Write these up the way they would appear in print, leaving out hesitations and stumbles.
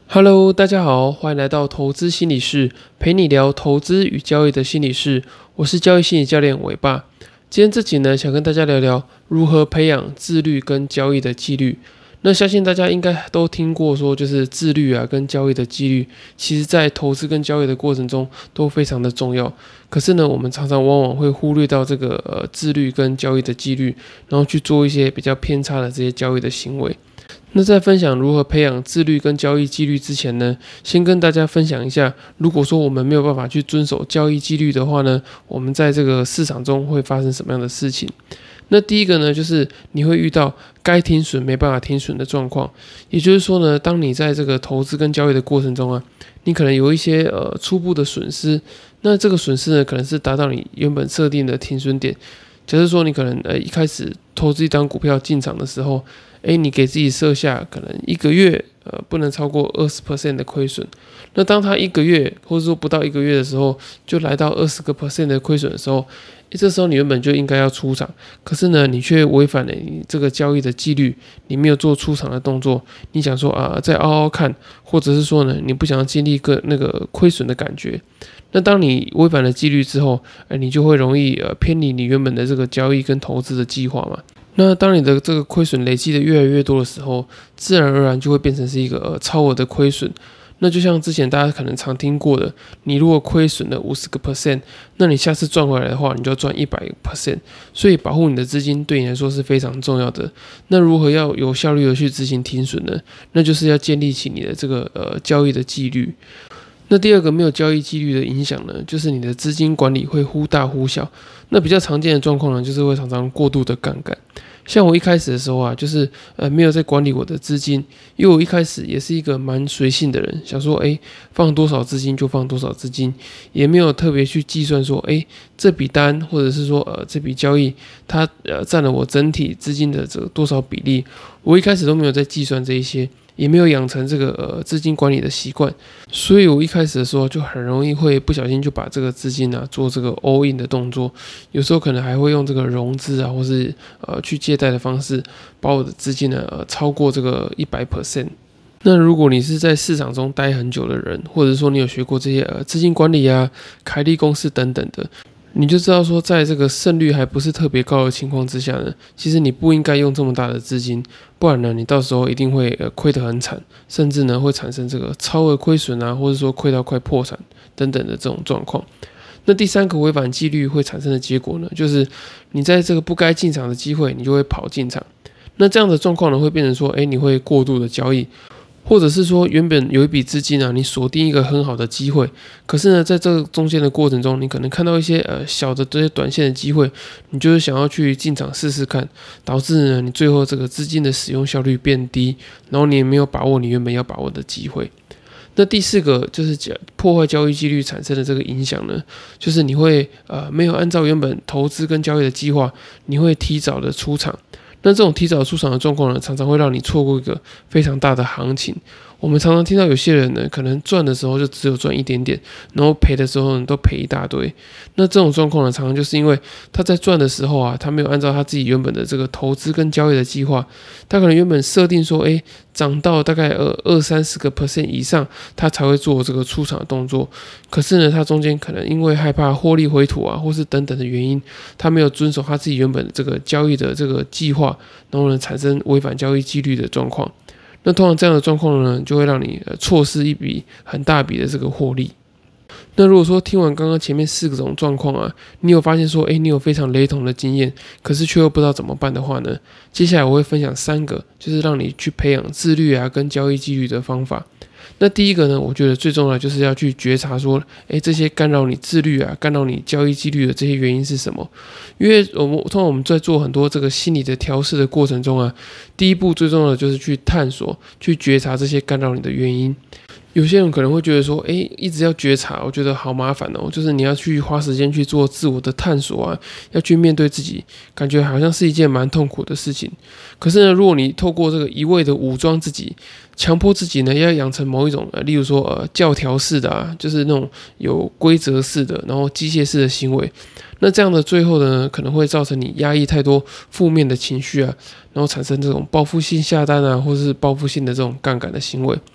Hello，大家好，欢迎来到投资心理室，陪你聊投资与交易的心理室。我是交易心理教练伟爸。今天这集呢，想跟大家聊聊如何培养自律跟交易的纪律。那相信大家应该都听过说，就是自律啊跟交易的纪律，其实在投资跟交易的过程中都非常的重要。可是呢，我们常常往往会忽略到这个自律跟交易的纪律，然后去做一些比较偏差的这些交易的行为。那在分享如何培养自律跟交易纪律之前呢，先跟大家分享一下，如果说我们没有办法去遵守交易纪律的话呢，我们在这个市场中会发生什么样的事情？那第一个呢，就是你会遇到该停损没办法停损的状况，也就是说呢，当你在这个投资跟交易的过程中啊，你可能有一些初步的损失，那这个损失呢，可能是达到你原本设定的停损点。假设说你可能一开始投资一张股票进场的时候，你给自己设下可能一个月不能超过20% 的亏损，那当它一个月或者说不到一个月的时候，就来到20% 的亏损的时候，这时候你原本就应该要出场，可是呢，你却违反了你这个交易的纪律，你没有做出场的动作，你想说再熬熬看，或者是说呢，你不想要经历那个亏损的感觉。那当你违反了纪律之后，你就会容易偏离你原本的这个交易跟投资的计划嘛。那当你的这个亏损累积的越来越多的时候，自然而然就会变成是一个超额的亏损。那就像之前大家可能常听过的，你如果亏损了50%，那你下次赚回来的话，你就要赚100%。所以保护你的资金对你来说是非常重要的。那如何要有效率的去执行停损呢？那就是要建立起你的这个交易的纪律。那第二个没有交易纪律的影响呢，就是你的资金管理会忽大忽小。那比较常见的状况呢，就是会常常过度的杠杆。像我一开始的时候啊，就是没有在管理我的资金，因为我一开始也是一个蛮随性的人，想说放多少资金就放多少资金，也没有特别去计算说这笔单或者是说这笔交易它占了我整体资金的这个多少比例，我一开始都没有在计算这一些。也没有养成这个资金管理的习惯，所以我一开始的时候就很容易会不小心就把这个资金做这个 all in 的动作，有时候可能还会用这个融资或是去借贷的方式，把我的资金超过这个100%。那如果你是在市场中待很久的人，或者说你有学过这些资金管理凯利公式等等的，你就知道说，在这个胜率还不是特别高的情况之下呢，其实你不应该用这么大的资金，不然呢，你到时候一定会亏得很惨，甚至呢会产生这个超额亏损或者说亏到快破产等等的这种状况。那第三个违反纪律会产生的结果呢，就是你在这个不该进场的机会，你就会跑进场。那这样的状况呢，会变成说，你会过度的交易。或者是说，原本有一笔资金你锁定一个很好的机会，可是呢，在这个中间的过程中，你可能看到一些小的这些短线的机会，你就是想要去进场试试看，导致呢你最后这个资金的使用效率变低，然后你也没有把握你原本要把握的机会。那第四个就是破坏交易纪律产生的这个影响呢，就是你会没有按照原本投资跟交易的计划，你会提早的出场。那这种提早出场的状况呢，常常会让你错过一个非常大的行情。我们常常听到有些人呢，可能赚的时候就只有赚一点点，然后赔的时候呢都赔一大堆。那这种状况呢，常常就是因为他在赚的时候他没有按照他自己原本的这个投资跟交易的计划，他可能原本设定说，涨到大概20-30% 以上，他才会做这个出场的动作。可是呢，他中间可能因为害怕获利回吐或是等等的原因，他没有遵守他自己原本的这个交易的这个计划，然后呢产生违反交易纪律的状况。那通常这样的状况呢，就会让你错失一笔很大笔的这个获利。那如果说听完刚刚前面4种状况你有发现说，你有非常雷同的经验，可是却又不知道怎么办的话呢，接下来我会分享3个，就是让你去培养自律跟交易纪律的方法。那第一个呢，我觉得最重要就是要去觉察说，这些干扰你自律干扰你交易纪律的这些原因是什么？因为通常我们在做很多这个心理的调试的过程中第一步最重要的就是去探索、去觉察这些干扰你的原因。有些人可能会觉得说，一直要觉察，我觉得好麻烦就是你要去花时间去做自我的探索要去面对自己，感觉好像是一件蛮痛苦的事情。可是呢，如果你透过这个一味的武装自己，强迫自己呢要养成某一种例如说教条式的就是那种有规则式的，然后机械式的行为，那这样的最后呢，可能会造成你压抑太多负面的情绪然后产生这种报复性下单或是报复性的这种杠杆的行为。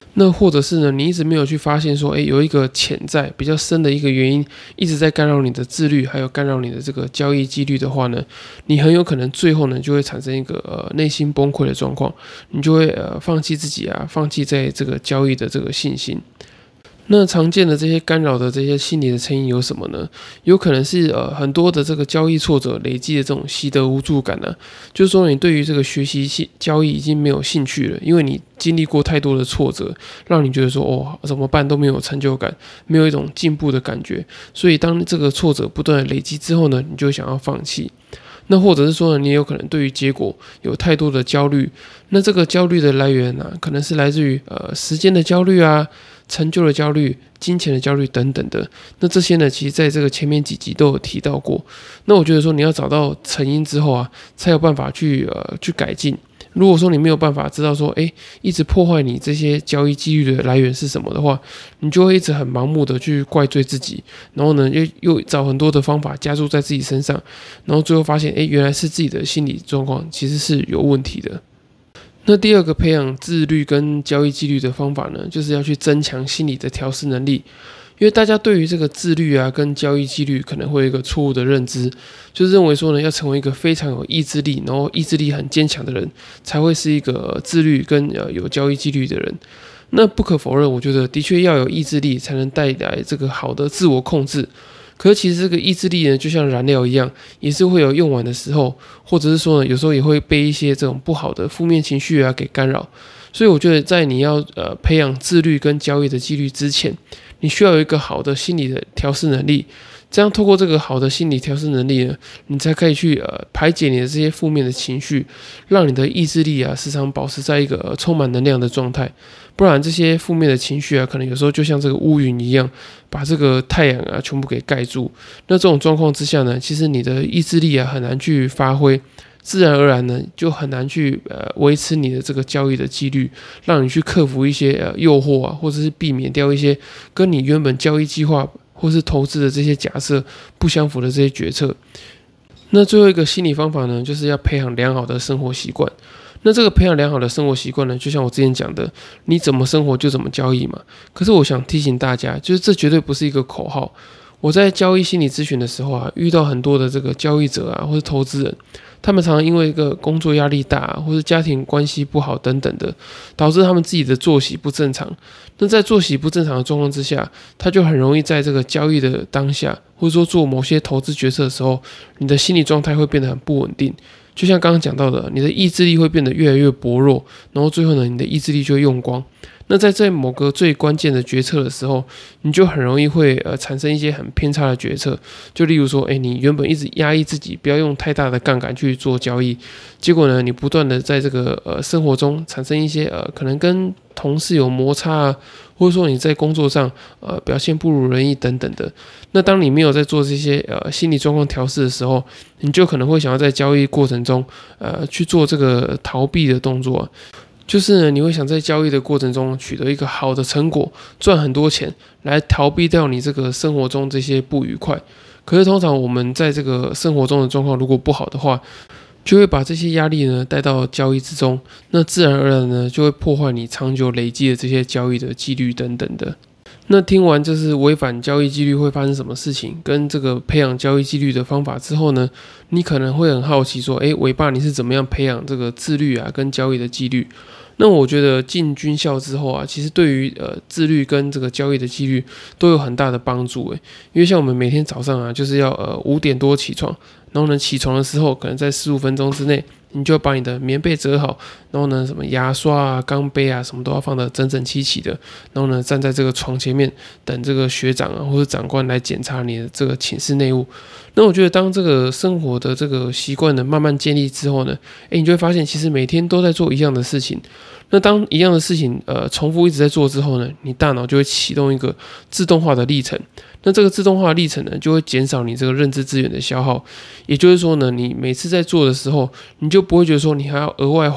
那或者是呢，你一直没有去发现说，有一个潜在比较深的一个原因，一直在干扰你的自律，还有干扰你的这个交易纪律的话呢，你很有可能最后呢就会产生一个内心崩溃的状况，你就会放弃自己啊，放弃在这个交易的这个信心。那常见的这些干扰的这些心理的成因有什么呢？有可能是很多的这个交易挫折累积的这种习得无助感啊，就是说你对于这个学习交易已经没有兴趣了，因为你经历过太多的挫折，让你觉得说怎么办都没有成就感，没有一种进步的感觉，所以当这个挫折不断的累积之后呢，你就想要放弃。那或者是说呢，你有可能对于结果有太多的焦虑，那这个焦虑的来源啊，可能是来自于时间的焦虑啊、成就的焦虑、金钱的焦虑等等的。那这些呢，其实在这个前面几集都有提到过。那我觉得说你要找到成因之后啊，才有办法去改进。如果说你没有办法知道说，一直破坏你这些交易纪律的来源是什么的话，你就会一直很盲目的去怪罪自己，然后呢，又找很多的方法加注在自己身上，然后最后发现，原来是自己的心理状况其实是有问题的。那第二个培养自律跟交易纪律的方法呢，就是要去增强心理的调试能力。因为大家对于这个自律啊跟交易纪律可能会有一个错误的认知，就是认为说呢，要成为一个非常有意志力，然后意志力很坚强的人，才会是一个自律跟有交易纪律的人。那不可否认，我觉得的确要有意志力才能带来这个好的自我控制。可是其实这个意志力呢，就像燃料一样，也是会有用完的时候，或者是说呢，有时候也会被一些这种不好的负面情绪啊给干扰。所以我觉得，在你要培养自律跟交易的纪律之前，你需要有一个好的心理的调试能力。这样透过这个好的心理调试能力呢，你才可以去排解你的这些负面的情绪，让你的意志力啊时常保持在一个充满能量的状态。不然这些负面的情绪啊，可能有时候就像这个乌云一样，把这个太阳啊全部给盖住。那这种状况之下呢，其实你的意志力啊很难去发挥。自然而然呢，就很难去维持你的这个交易的纪律，让你去克服一些诱惑啊，或者是避免掉一些跟你原本交易计划或是投资的这些假设不相符的这些决策。那最后一个心理方法呢，就是要培养良好的生活习惯。那这个培养良好的生活习惯呢，就像我之前讲的，你怎么生活就怎么交易嘛。可是我想提醒大家，就是这绝对不是一个口号。我在交易心理咨询的时候啊，遇到很多的这个交易者啊，或是投资人，他们常常因为一个工作压力大，或是家庭关系不好等等的，导致他们自己的作息不正常。那在作息不正常的状况之下，他就很容易在这个交易的当下，或者说做某些投资决策的时候，你的心理状态会变得很不稳定。就像刚刚讲到的，你的意志力会变得越来越薄弱，然后最后呢，你的意志力就会用光。那在某个最关键的决策的时候，你就很容易会产生一些很偏差的决策。就例如说，你原本一直压抑自己，不要用太大的杠杆去做交易，结果呢，你不断的在这个生活中产生一些可能跟同事有摩擦啊，或者说你在工作上表现不如人意等等的。那当你没有在做这些心理状况调试的时候，你就可能会想要在交易过程中去做这个逃避的动作。就是呢，你会想在交易的过程中取得一个好的成果，赚很多钱，来逃避掉你这个生活中这些不愉快。可是通常我们在这个生活中的状况如果不好的话，就会把这些压力呢带到交易之中，那自然而然呢就会破坏你长久累积的这些交易的纪律等等的。那听完就是违反交易纪律会发生什么事情，跟这个培养交易纪律的方法之后呢，你可能会很好奇说，伟爸你是怎么样培养这个自律啊跟交易的纪律？那我觉得进军校之后啊，其实对于自律跟这个交易的纪律都有很大的帮助因为像我们每天早上啊，就是要5点多起床，然后呢起床的时候可能在15分钟之内，你就把你的棉被折好，然后呢什么牙刷啊、钢杯啊什么都要放得整整齐齐的，然后呢站在这个床前面等这个学长啊或者长官来检查你的这个寝室内务。那我觉得当这个生活的这个习惯呢慢慢建立之后呢，你就会发现其实每天都在做一样的事情。那当一样的事情重复一直在做之后呢，你大脑就会启动一个自动化的历程。那这个自动化的历程呢，就会减少你这个认知资源的消耗。也就是说呢，你每次在做的时候，你就不会觉得说你还要额外花心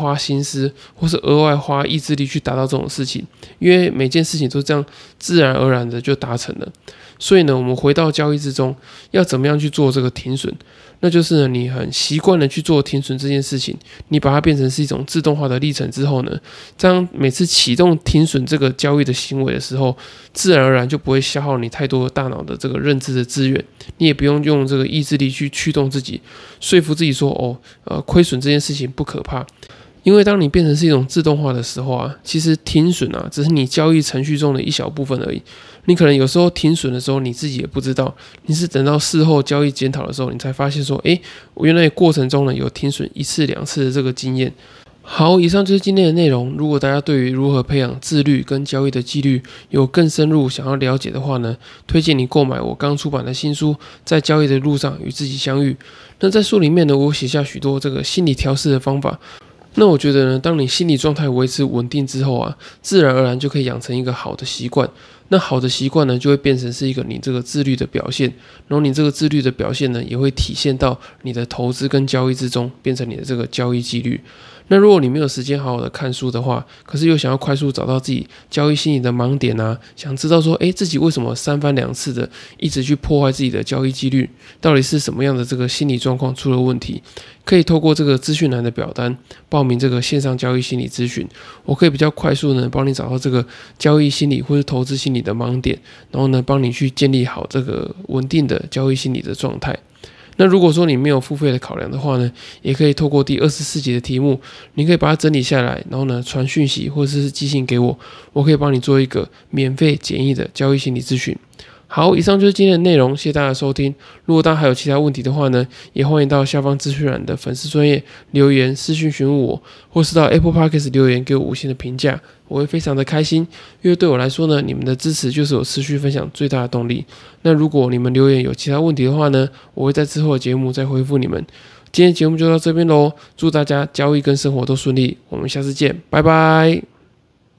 心思或是额外花意志力去达到这种事情，因为每件事情都这样自然而然的就达成了。所以呢，我们回到交易之中，要怎么样去做这个停损？那就是呢，你很习惯的去做停损这件事情，你把它变成是一种自动化的历程之后呢，这样每次启动停损这个交易的行为的时候，自然而然就不会消耗你太多大脑的这个认知的资源，你也不用用这个意志力去驱动自己，说服自己说亏损这件事情不可怕。因为当你变成是一种自动化的时候啊，其实停损啊只是你交易程序中的一小部分而已。你可能有时候停损的时候你自己也不知道，你是等到事后交易检讨的时候，你才发现说，我原来过程中呢有停损1次2次的这个经验。好，以上就是今天的内容。如果大家对于如何培养自律跟交易的纪律有更深入想要了解的话呢，推荐你购买我刚出版的新书《在交易的路上与自己相遇》。那在书里面呢，我写下许多这个心理调试的方法。那我觉得呢，当你心理状态维持稳定之后啊，自然而然就可以养成一个好的习惯。那好的习惯呢，就会变成是一个你这个自律的表现，然后你这个自律的表现呢，也会体现到你的投资跟交易之中，变成你的这个交易纪律。那如果你没有时间好好的看书的话，可是又想要快速找到自己交易心理的盲点啊，想知道说，自己为什么3番2次的一直去破坏自己的交易纪律，到底是什么样的这个心理状况出了问题？可以透过这个资讯栏的表单报名这个线上交易心理咨询，我可以比较快速呢帮你找到这个交易心理或是投资心理的盲点，然后呢帮你去建立好这个稳定的交易心理的状态。那如果说你没有付费的考量的话呢，也可以透过第24集的题目，你可以把它整理下来，然后呢传讯息或者是寄信给我，我可以帮你做一个免费简易的交易心理咨询。好，以上就是今天的内容，谢谢大家的收听。如果大家还有其他问题的话呢，也欢迎到下方资讯栏的粉丝专页留言私讯询问我，或是到 Apple Podcast 留言给我5星的评价，我会非常的开心，因为对我来说呢，你们的支持就是我持续分享最大的动力。那如果你们留言有其他问题的话呢，我会在之后的节目再回复你们。今天节目就到这边咯，祝大家交易跟生活都顺利，我们下次见，拜拜。